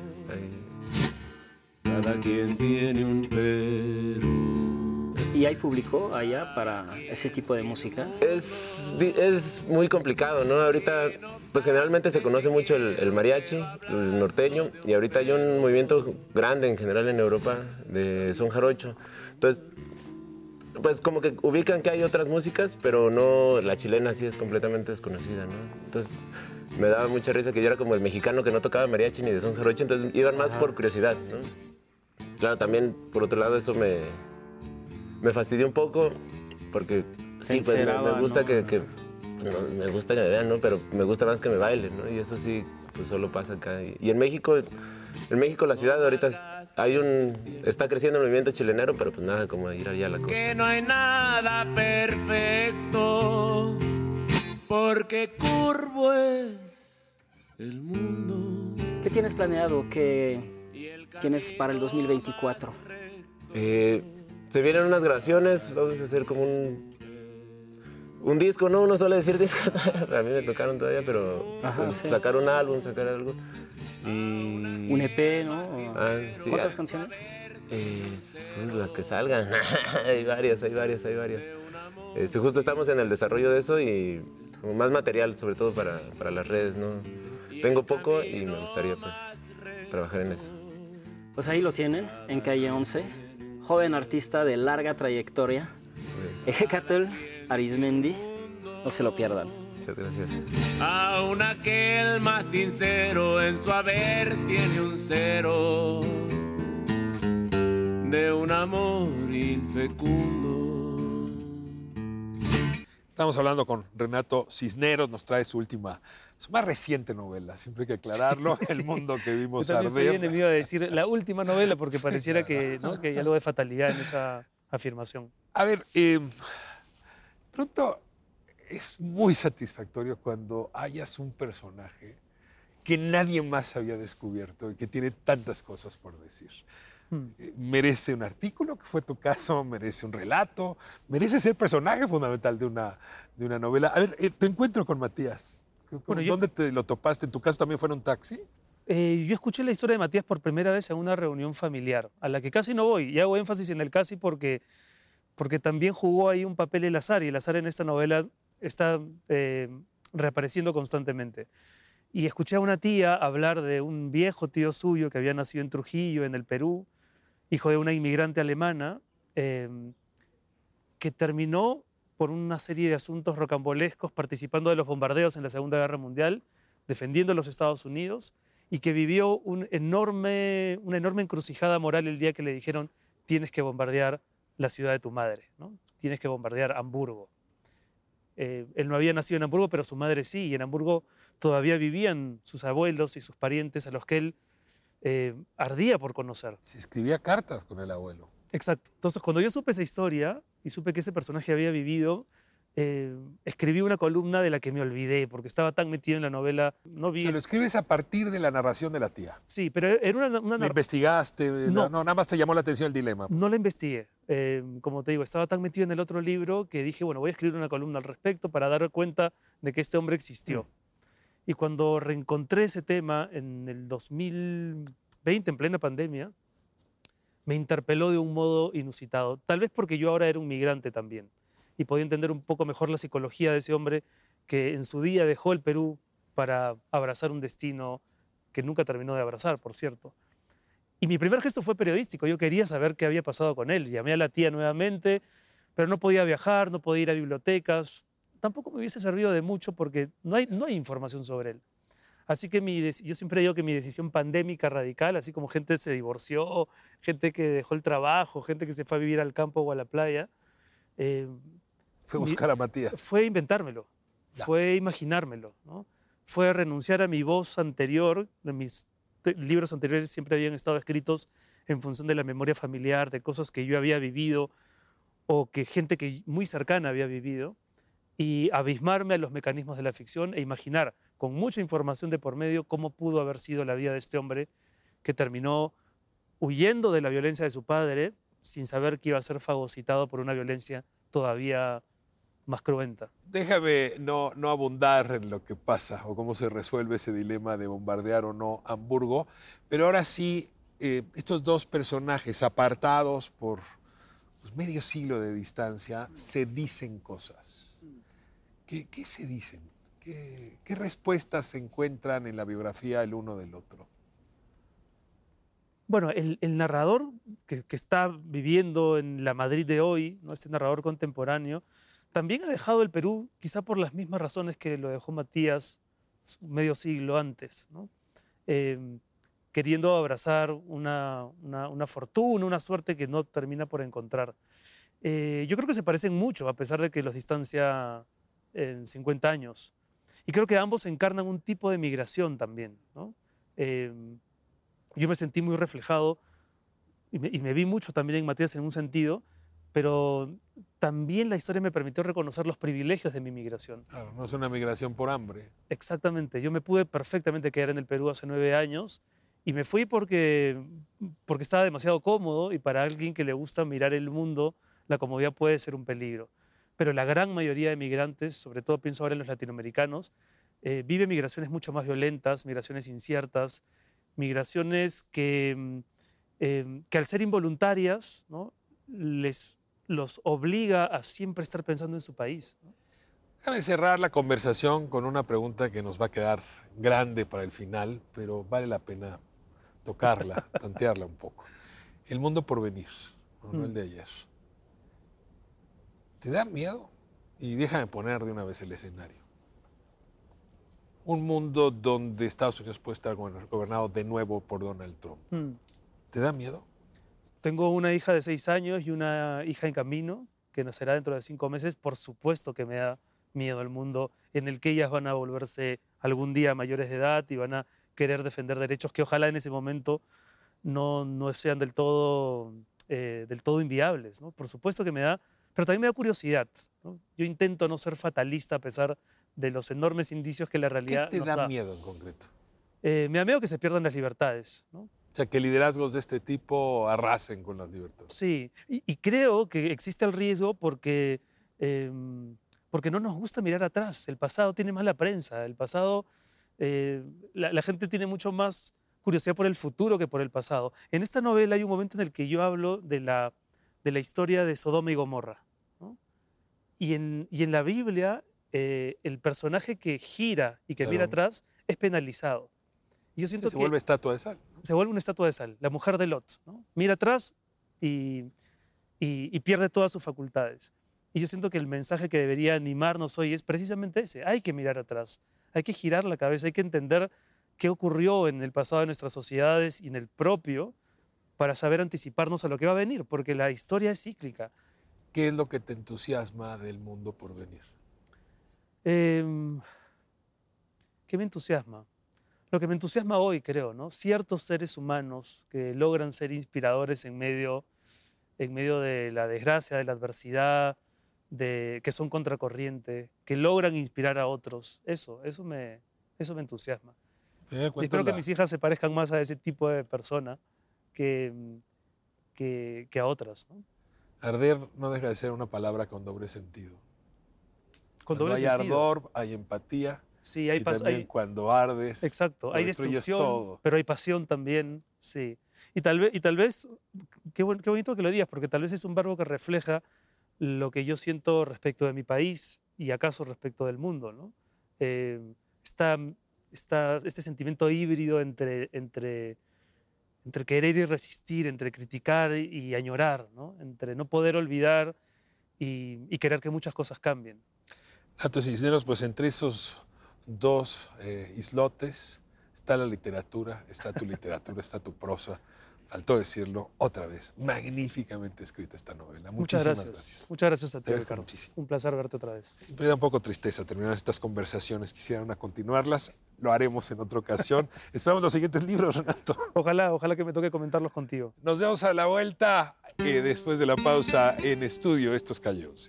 Ahí. Cada quien tiene un pero. ¿Y hay público allá para ese tipo de música? Es, es muy complicado, ¿no? Ahorita, pues generalmente se conoce mucho el, el mariachi, el norteño, y ahorita hay un movimiento grande en general en Europa de son jarocho. Entonces, pues como que ubican que hay otras músicas, pero no, la chilena sí es completamente desconocida, ¿no? Entonces, me daba mucha risa que yo era como el mexicano que no tocaba mariachi ni de son jarocho, entonces iban más Ajá. por curiosidad, ¿no? Claro, también, por otro lado, eso me... Me fastidió un poco porque sí, pues me, me gusta ¿no? que, que no, me gusta que me vean, ¿no? Pero me gusta más que me bailen, ¿no? Y eso sí, pues solo pasa acá. Y en México, en México la ciudad ahorita hay un está creciendo el movimiento chilenero, pero pues nada como ir allá a la costa. Que no hay nada perfecto, porque curvo es el mundo. ¿Qué tienes planeado? ¿Qué tienes para el dos mil veinticuatro? Eh, Se vienen unas grabaciones, vamos a hacer como un, un disco, no, uno suele decir disco, a mí me tocaron todavía, pero Ajá, pues, sí. sacar un álbum, sacar algo. Y... Un E P, ¿no? Ah, sí, ¿Cuántas ah, canciones? Eh, pues las que salgan. Hay varias, hay varias, hay varias. Este, justo estamos en el desarrollo de eso y como más material, sobre todo para, para las redes, ¿no? Tengo poco y me gustaría pues trabajar en eso. Pues ahí lo tienen, en Calle once. Joven artista de larga trayectoria. Ejecatl Arizmendi. No se lo pierdan. Muchas gracias. Aún aquel más sincero en su haber tiene un cero de un amor infecundo. Estamos hablando con Renato Cisneros, nos trae su última, su más reciente novela, siempre hay que aclararlo, El mundo que vimos Yo también soy arder. enemigo de decir la última novela porque pareciera que, ¿no? que hay algo de fatalidad en esa afirmación. A ver, eh, pronto es muy satisfactorio cuando hayas un personaje que nadie más había descubierto y que tiene tantas cosas por decir. Hmm. Eh, Merece un artículo, que fue tu caso, merece un relato, merece ser personaje fundamental de una, de una novela. A ver, eh, tu encuentro con Matías, Bueno, yo- ¿dónde te lo topaste? ¿En tu caso también fue en un taxi? Eh, yo escuché la historia de Matías por primera vez en una reunión familiar, a la que casi no voy, y hago énfasis en el casi porque, porque también jugó ahí un papel el azar, y el azar en esta novela está eh, reapareciendo constantemente. Y escuché a una tía hablar de un viejo tío suyo que había nacido en Trujillo, en el Perú, hijo de una inmigrante alemana, eh, que terminó por una serie de asuntos rocambolescos participando de los bombardeos en la Segunda Guerra Mundial, defendiendo a los Estados Unidos, y que vivió un enorme, una enorme encrucijada moral el día que le dijeron tienes que bombardear la ciudad de tu madre, ¿no? Tienes que bombardear Hamburgo. Eh, él no había nacido en Hamburgo, pero su madre sí, y en Hamburgo todavía vivían sus abuelos y sus parientes a los que él eh, ardía por conocer. Se escribía cartas con el abuelo. Exacto. Entonces, cuando yo supe esa historia y supe que ese personaje había vivido, eh, escribí una columna de la que me olvidé, porque estaba tan metido en la novela. No vi. O sea, lo escribes a partir de la narración de la tía. Sí, pero era una, una ¿La nar- investigaste? No. no, nada más te llamó la atención el dilema. No la investigué. Eh, como te digo, estaba tan metido en el otro libro que dije, bueno, voy a escribir una columna al respecto para dar cuenta de que este hombre existió. Y cuando reencontré ese tema en el dos mil veinte, en plena pandemia, me interpeló de un modo inusitado. Tal vez porque yo ahora era un migrante también y podía entender un poco mejor la psicología de ese hombre que en su día dejó el Perú para abrazar un destino que nunca terminó de abrazar, por cierto. Y mi primer gesto fue periodístico. Yo quería saber qué había pasado con él. Llamé a la tía nuevamente, pero no podía viajar, no podía ir a bibliotecas. Tampoco me hubiese servido de mucho porque no hay, no hay información sobre él. Así que mi, dec- yo siempre digo que mi decisión pandémica radical, así como gente se divorció, gente que dejó el trabajo, gente que se fue a vivir al campo o a la playa, eh, Fue mi- buscar a Matías. fue inventármelo, Ya. fue imaginármelo, ¿no? Fue renunciar a mi voz anterior. En mis te- libros anteriores siempre habían estado escritos en función de la memoria familiar, de cosas que yo había vivido o que gente que muy cercana había vivido, y abismarme a los mecanismos de la ficción e imaginar con mucha información de por medio cómo pudo haber sido la vida de este hombre que terminó huyendo de la violencia de su padre sin saber que iba a ser fagocitado por una violencia todavía más cruenta. Déjame no, no abundar en lo que pasa o cómo se resuelve ese dilema de bombardear o no Hamburgo, pero ahora sí, eh, estos dos personajes apartados por pues, medio siglo de distancia se dicen cosas. ¿Qué, qué se dicen? ¿Qué, ¿Qué respuestas se encuentran en la biografía el uno del otro? Bueno, el, el narrador que, que está viviendo en la Madrid de hoy, ¿no? Este narrador contemporáneo, también ha dejado el Perú quizá por las mismas razones que lo dejó Matías medio siglo antes, ¿no? Eh, queriendo abrazar una, una, una fortuna, una suerte que no termina por encontrar. Eh, yo creo que se parecen mucho, a pesar de que los distancia en cincuenta años. Y creo que ambos encarnan un tipo de migración también, ¿no? Eh, yo me sentí muy reflejado y me, y me vi mucho también en Matías en un sentido, pero también la historia me permitió reconocer los privilegios de mi migración. Claro, no es una migración por hambre. Exactamente. Yo me pude perfectamente quedar en el Perú hace nueve años y me fui porque, porque estaba demasiado cómodo, y para alguien que le gusta mirar el mundo, la comodidad puede ser un peligro. pero la gran mayoría de migrantes, sobre todo pienso ahora en los latinoamericanos, eh, vive migraciones mucho más violentas, migraciones inciertas, migraciones que, eh, que al ser involuntarias, ¿no?, les los obliga a siempre estar pensando en su país, ¿no? Déjame cerrar la conversación con una pregunta que nos va a quedar grande para el final, pero vale la pena tocarla, tantearla un poco. El mundo por venir, no, no el de ayer. ¿Te da miedo? Y déjame poner de una vez el escenario. Un mundo donde Estados Unidos puede estar gobernado de nuevo por Donald Trump. Mm. ¿Te da miedo? Tengo una hija de seis años y una hija en camino que nacerá dentro de cinco meses. Por supuesto que me da miedo el mundo en el que ellas van a volverse algún día mayores de edad y van a querer defender derechos que ojalá en ese momento no, no sean del todo, eh, del todo inviables, ¿no? Por supuesto que me da, pero también me da curiosidad, ¿no? Yo intento no ser fatalista a pesar de los enormes indicios que la realidad ¿Qué te nos da da. miedo en concreto? Eh, me da miedo que se pierdan las libertades, ¿no? O sea, que liderazgos de este tipo arrasen con las libertades. Sí, y, y creo que existe el riesgo porque, eh, porque no nos gusta mirar atrás. El pasado tiene más la prensa, el pasado, eh, la, la gente tiene mucho más curiosidad por el futuro que por el pasado. En esta novela hay un momento en el que yo hablo de la, de la historia de Sodoma y Gomorra, ¿no? Y, en, y en la Biblia, eh, el personaje que gira y que Claro. mira atrás es penalizado. Y yo siento Que se que vuelve estatua de sal. se vuelve una estatua de sal, la mujer de Lot, ¿no? Mira atrás y, y, y pierde todas sus facultades. Y yo siento que el mensaje que debería animarnos hoy es precisamente ese. Hay que mirar atrás, hay que girar la cabeza, hay que entender qué ocurrió en el pasado de nuestras sociedades y en el propio para saber anticiparnos a lo que va a venir, porque la historia es cíclica. ¿Qué es lo que te entusiasma del mundo por venir? Eh, ¿Qué me entusiasma? Lo que me entusiasma hoy, creo, ¿no? Ciertos seres humanos que logran ser inspiradores en medio, en medio de la desgracia, de la adversidad, de, que son contracorriente, que logran inspirar a otros. Eso, eso me, eso me entusiasma. Al final de Y cuentas, espero que la- mis hijas se parezcan más a ese tipo de persona que, que, que a otras, ¿no? Arder no deja de ser una palabra con doble sentido. Con Cuando doble hay sentido. ardor, hay empatía. Sí, hay y pas- también hay- cuando ardes, Exacto, lo hay destruyes destrucción, todo. pero hay pasión también, sí. Y tal vez, y tal vez qué, buen- qué bonito que lo digas, porque tal vez es un verbo que refleja lo que yo siento respecto de mi país y acaso respecto del mundo, ¿no? Eh, esta, esta- este sentimiento híbrido entre, entre, entre querer y resistir, entre criticar y añorar, ¿no? Entre no poder olvidar y, y querer que muchas cosas cambien. Renato Cisneros, pues entre esos dos eh, islotes está la literatura, está tu literatura, está tu prosa. Faltó decirlo otra vez, magníficamente escrita esta novela. Muchas Muchísimas gracias. gracias. Muchas gracias a ti, Te agradezco Ricardo. muchísimo. Un placer verte otra vez. Siempre da un poco tristeza terminar estas conversaciones. Quisieran a continuarlas, lo haremos en otra ocasión. Esperamos los siguientes libros, Renato. Ojalá, ojalá que me toque comentarlos contigo. Nos vemos a la vuelta eh, después de la pausa en estudio. Esto es Calle once.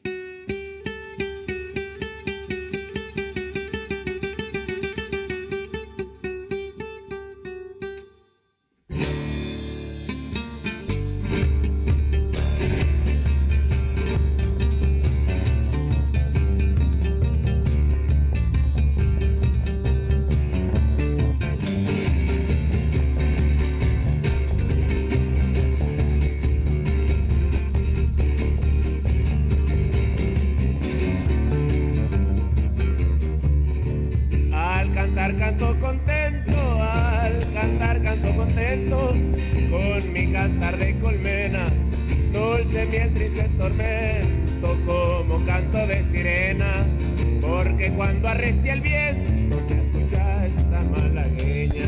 Al cantar canto contento, al cantar canto contento, con mi cantar de colmena, dulce miel triste tormento, como canto de sirena, porque cuando arrecia el viento se escucha esta malagueña.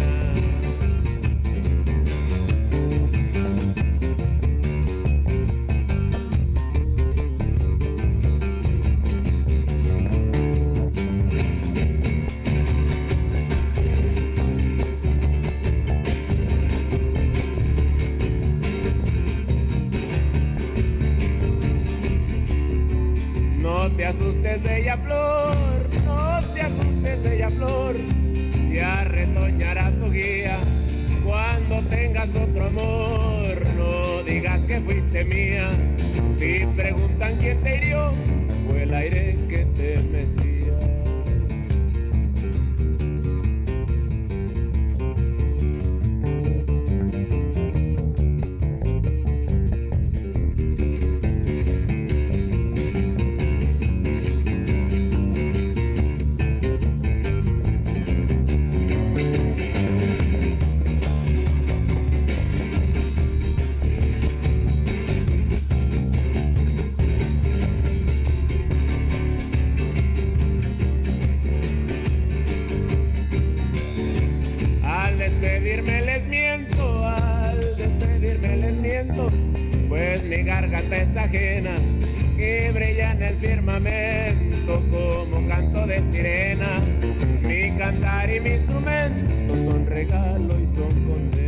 No te asustes, bella flor, no te asustes, bella flor, ya retoñará tu guía cuando tengas otro amor. No digas que fuiste mía, si preguntan quién te hirió, fue el aire que te mecía. despedirme les miento, al despedirme les miento, pues mi garganta es ajena y brilla en el firmamento como canto de sirena. Mi cantar y mi instrumento son regalo y son condena.